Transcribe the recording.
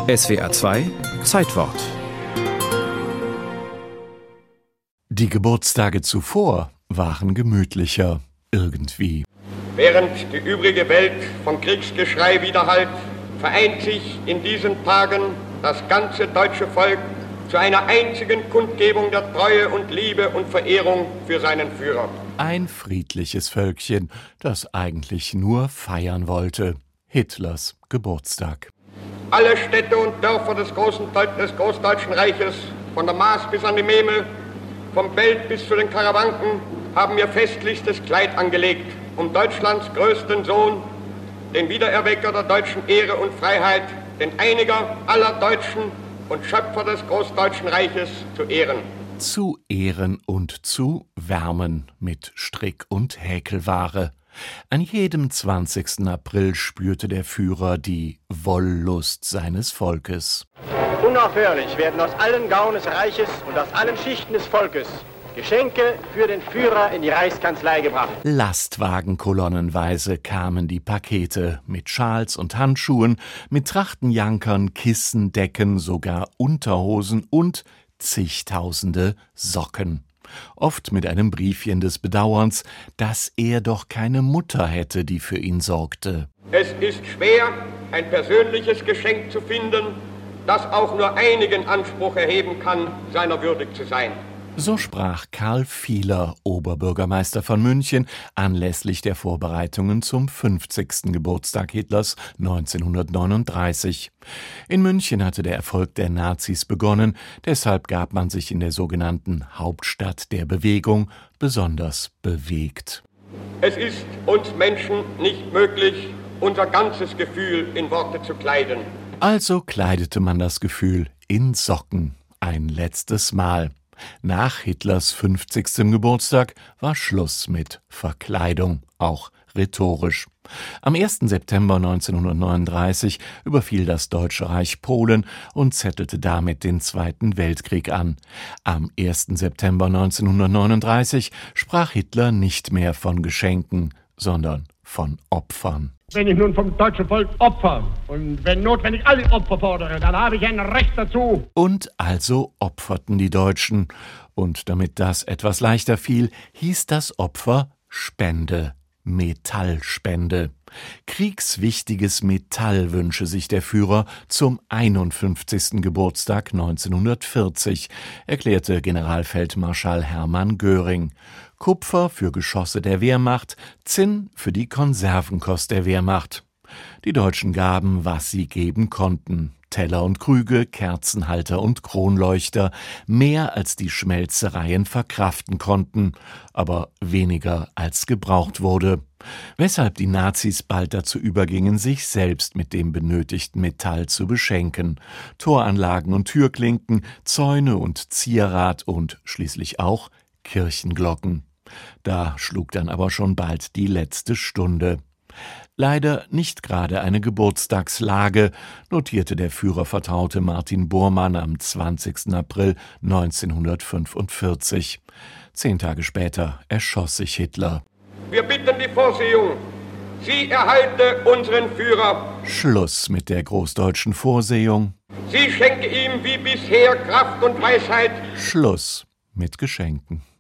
SWR 2 Zeitwort. Die Geburtstage zuvor waren gemütlicher, irgendwie. Während die übrige Welt vom Kriegsgeschrei widerhallt, vereint sich in diesen Tagen das ganze deutsche Volk zu einer einzigen Kundgebung der Treue und Liebe und Verehrung für seinen Führer. Ein friedliches Völkchen, das eigentlich nur feiern wollte. Hitlers Geburtstag. Alle Städte und Dörfer des Großdeutschen Reiches, von der Maas bis an die Memel, vom Belt bis zu den Karawanken, haben ihr festlichstes Kleid angelegt, um Deutschlands größten Sohn, den Wiedererwecker der deutschen Ehre und Freiheit, den Einiger aller Deutschen und Schöpfer des Großdeutschen Reiches zu ehren. Zu ehren und zu wärmen mit Strick- und Häkelware. An jedem 20. April spürte der Führer die Wollust seines Volkes. Unaufhörlich werden aus allen Gauen des Reiches und aus allen Schichten des Volkes Geschenke für den Führer in die Reichskanzlei gebracht. Lastwagenkolonnenweise kamen die Pakete mit Schals und Handschuhen, mit Trachtenjankern, Kissen, Decken, sogar Unterhosen und zigtausende Socken. Oft mit einem Briefchen des Bedauerns, dass er doch keine Mutter hätte, die für ihn sorgte. Es ist schwer, ein persönliches Geschenk zu finden, das auch nur einigen Anspruch erheben kann, seiner würdig zu sein. So sprach Karl Fiehler, Oberbürgermeister von München, anlässlich der Vorbereitungen zum 50. Geburtstag Hitlers 1939. In München hatte der Erfolg der Nazis begonnen, deshalb gab man sich in der sogenannten Hauptstadt der Bewegung besonders bewegt. Es ist uns Menschen nicht möglich, unser ganzes Gefühl in Worte zu kleiden. Also kleidete man das Gefühl in Socken. Ein letztes Mal. Nach Hitlers 50. Geburtstag war Schluss mit Verkleidung, auch rhetorisch. Am 1. September 1939 überfiel das Deutsche Reich Polen und zettelte damit den Zweiten Weltkrieg an. Am 1. September 1939 sprach Hitler nicht mehr von Geschenken, sondern von Opfern. Wenn ich nun vom deutschen Volk opfer und wenn notwendig alle Opfer fordere, dann habe ich ein Recht dazu. Und also opferten die Deutschen. Und damit das etwas leichter fiel, hieß das Opfer Spende, Metallspende. Kriegswichtiges Metall wünsche sich der Führer zum 51. Geburtstag 1940, erklärte Generalfeldmarschall Hermann Göring. Kupfer für Geschosse der Wehrmacht, Zinn für die Konservenkost der Wehrmacht. Die Deutschen gaben, was sie geben konnten. Teller und Krüge, Kerzenhalter und Kronleuchter, mehr als die Schmelzereien verkraften konnten, aber weniger als gebraucht wurde. Weshalb die Nazis bald dazu übergingen, sich selbst mit dem benötigten Metall zu beschenken. Toranlagen und Türklinken, Zäune und Zierrat und schließlich auch Kirchenglocken. Da schlug dann aber schon bald die letzte Stunde. Leider nicht gerade eine Geburtstagslage, notierte der Führervertraute Martin Bormann am 20. April 1945. 10 Tage später erschoss sich Hitler. Wir bitten die Vorsehung, sie erhalte unseren Führer. Schluss mit der großdeutschen Vorsehung. Sie schenke ihm wie bisher Kraft und Weisheit. Schluss mit Geschenken.